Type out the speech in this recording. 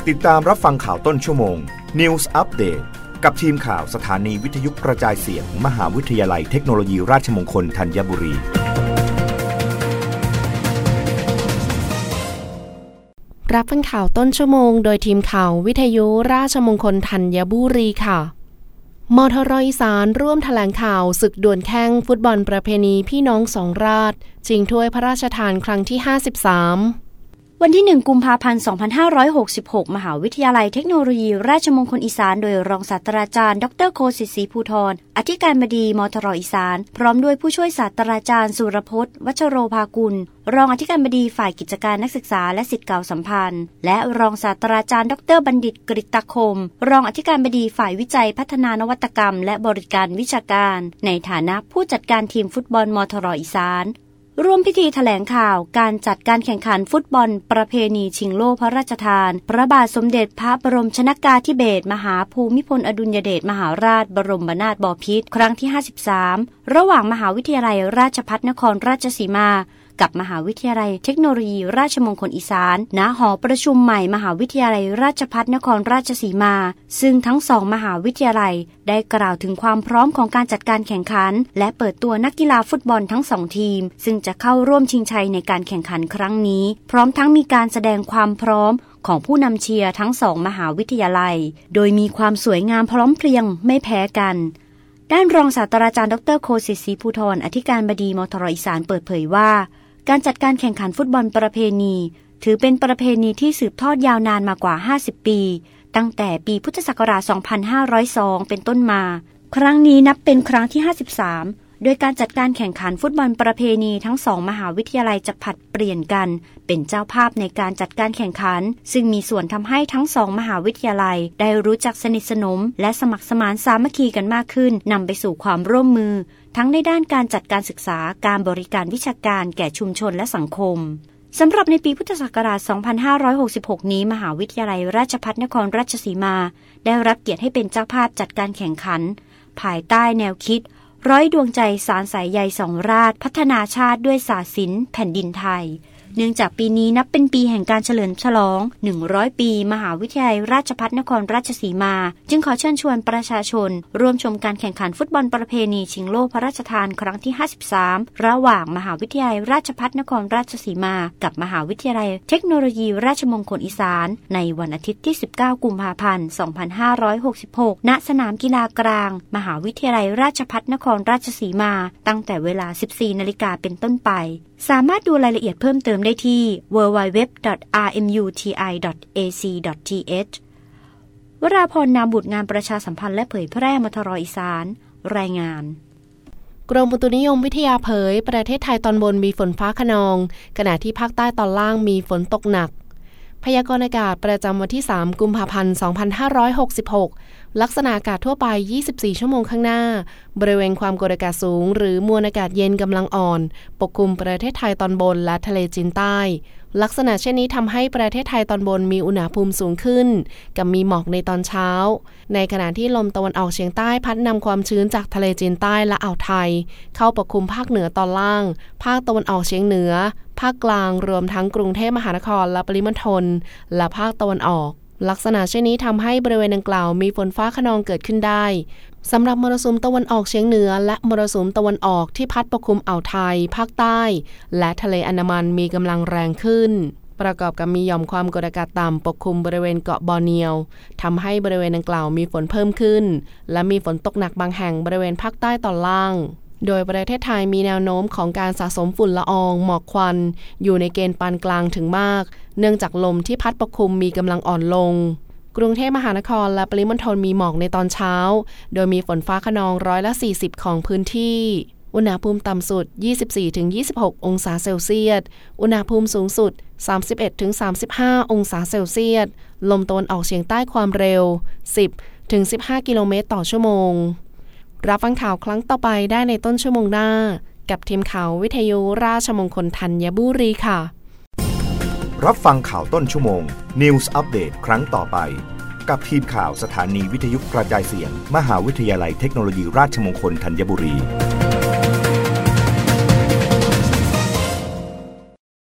ติดตามรับฟังข่าวต้นชั่วโมง News Update กับทีมข่าวสถานีวิทยุกระจายเสียง มหาวิทยาลัยเทคโนโลยีราชมงคลธัญบุรีรับฟังข่าวต้นชั่วโมงโดยทีมข่าววิทยุราชมงคลธัญบุรีค่ะมทร.อีสานร่วมแถลงข่าวศึกดวลแข่งฟุตบอลประเพณีพี่น้องสองราชชิงถ้วยพระราชทานครั้งที่ 53 วันที่ 1 กุมภาพันธ์ 2566 มหาวิทยาลัยเทคโนโลยีราชมงคลอีสานโดยรองศาสตราจารย์ดร.โคสิทธิ์ศรีภูธรอธิการบดีมทร.อีสานพร้อมด้วยผู้ช่วยศาสตราจารย์สุรพจน์วัชโรภากุลรองอธิการบดีฝ่ายกิจการนักศึกษาและศิษย์เก่าสัมพันธ์และรองศาสตราจารย์ดร.บัณฑิตกฤตคมรองอธิการบดีฝ่ายวิจัยพัฒนานวัตกรรมและบริการวิชาการในฐานะผู้จัดการทีมฟุตบอลมทร.อีสานร่วมพิธีแถลงข่าวการจัดการแข่งขันฟุตบอลประเพณีชิงโล่พระราชทานพระบาทสมเด็จพระบรมชนกาธิเบศรมหาภูมิพลอดุลยเดชมหาราชบรมนาถบพิตรครั้งที่ 53ระหว่างมหาวิทยาลัยราชภัฏนครราชสีมากับมหาวิทยาลัยเทคโนโลยีราชมงคลอีสานณหอประชุมใหม่มหาวิทยาลัยราชภัฏนครราชสีมาซึ่งทั้งสองมหาวิทยาลัยได้กล่าวถึงความพร้อมของการจัดการแข่งขันและเปิดตัวนักกีฬาฟุตบอลทั้งสองทีมซึ่งจะเข้าร่วมชิงชัยในการแข่งขันครั้งนี้พร้อมทั้งมีการแสดงความพร้อมของผู้นำเชียร์ทั้งสองมหาวิทยาลัยโดยมีความสวยงามพร้อมเพรียงไม่แพ้กันด้านรองศาสตราจารย์ดร.โคสิทธิ์ศรีภูธรอธิการบดีมทร.อีสานเปิดเผยว่าการจัดการแข่งขันฟุตบอลประเพณีถือเป็นประเพณีที่สืบทอดยาวนานมากว่า50ปีตั้งแต่ปีพุทธศักราช 2502 เป็นต้นมาครั้งนี้นับเป็นครั้งที่ 53โดยการจัดการแข่งขันฟุตบอลประเพณีทั้งสองมหาวิทยาลัยจะผลัดเปลี่ยนกันเป็นเจ้าภาพในการจัดการแข่งขันซึ่งมีส่วนทำให้ทั้งสองมหาวิทยาลัยได้รู้จักสนิทสนมและสมัครสมานสามัคคีกันมากขึ้นนำไปสู่ความร่วมมือทั้งในด้านการจัดการศึกษาการบริการวิชาการแก่ชุมชนและสังคมสำหรับในปีพุทธศักราช 2566 นี้มหาวิทยาลัยราชภัฏนครราชสีมาได้รับเกียรติให้เป็นเจ้าภาพจัดการแข่งขันภายใต้แนวคิดร้อยดวงใจสารสายใยสองราชพัฒนาชาติด้วยศาสตร์ศิลป์แผ่นดินไทยเนื่องจากปีนี้นับเป็นปีแห่งการเฉลิมฉลอง100ปีมหาวิทยาลัยราชภัฏนครราชสีมาจึงขอเชิญชวนประชาชนร่วมชมการแข่งขันฟุตบอลประเพณีชิงโล่พระราชทานครั้งที่ 53ระหว่างมหาวิทยาลัยราชภัฏนครราชสีมากับมหาวิทยาลัยเทคโนโลยีราชมงคลอีสานในวันอาทิตย์ที่ 19 กุมภาพันธ์ 2566 ณ สนามกีฬากลางมหาวิทยาลัยราชภัฏนครราชสีมาตั้งแต่เวลา 14:00 น.เป็นต้นไปสามารถดูรายละเอียดเพิ่มเติมได้ที่ www.rmuti.ac.th วราพร นามบุตรงานประชาสัมพันธ์และเผยแพร่มทร.อีสานรายงานกรมอุตุนิยมวิทยาเผยประเทศไทยตอนบนมีฝนฟ้าคะนองขณะที่ภาคใต้ตอนล่างมีฝนตกหนักพยากรณ์อากาศประจำวันที่ 3 กุมภาพันธ์ 2566 ลักษณะอากาศทั่วไป 24 ชั่วโมงข้างหน้าบริเวณความกดอากาศสูงหรือมวลอากาศเย็นกำลังอ่อนปกคลุมประเทศไทยตอนบนและทะเลจีนใต้ลักษณะเช่นนี้ทำให้ประเทศไทยตอนบนมีอุณหภูมิสูงขึ้นกับมีหมอกในตอนเช้าในขณะที่ลมตะวันออกเฉียงใต้พัดนำความชื้นจากทะเลจีนใต้และอ่าวไทยเข้าปกคลุมภาคเหนือตอนล่างภาคตะวันออกเฉียงเหนือภาคกลางรวมทั้งกรุงเทพมหานครและปริมณฑลและภาคตะวันออกลักษณะเช่นนี้ทำให้บริเวณดังกล่าวมีฝนฟ้าคะนองเกิดขึ้นได้สำหรับมรสุมตะวันออกเฉียงเหนือและมรสุมตะวันออกที่พัดปกคลุมอ่าวไทยภาคใต้และทะเลอันดามันมีกำลังแรงขึ้นประกอบกับมีหย่อมความกดอากาศต่ำปกคลุมบริเวณเกาะบอร์เนียวทำให้บริเวณดังกล่าวมีฝนเพิ่มขึ้นและมีฝนตกหนักบางแห่งบริเวณภาคใต้ตอนล่างโดยประเทศไทยมีแนวโน้มของการสะสมฝุ่นละอองหมอกควันอยู่ในเกณฑ์ปานกลางถึงมากเนื่องจากลมที่พัดปกคลุมมีกำลังอ่อนลงกรุงเทพมหานครและปริมณฑลมีหมอกในตอนเช้าโดยมีฝนฟ้าคะนอง40%ของพื้นที่อุณหภูมิต่ำสุด 24-26 องศาเซลเซียสอุณหภูมิสูงสุด 31-35 องศาเซลเซียสลมตะวันออกเฉียงใต้ความเร็ว 10-15 กิโลเมตรต่อชั่วโมงรับฟังข่าวครั้งต่อไปได้ในต้นชั่วโมงหน้ากับทีมข่าววิทยุราชมงคลธัญบุรีค่ะรับฟังข่าวต้นชั่วโมง News Update ครั้งต่อไปกับทีมข่าวสถานีวิทยุกระจายเสียงมหาวิทยาลัยเทคโนโลยีราชมงคลธัญบุรี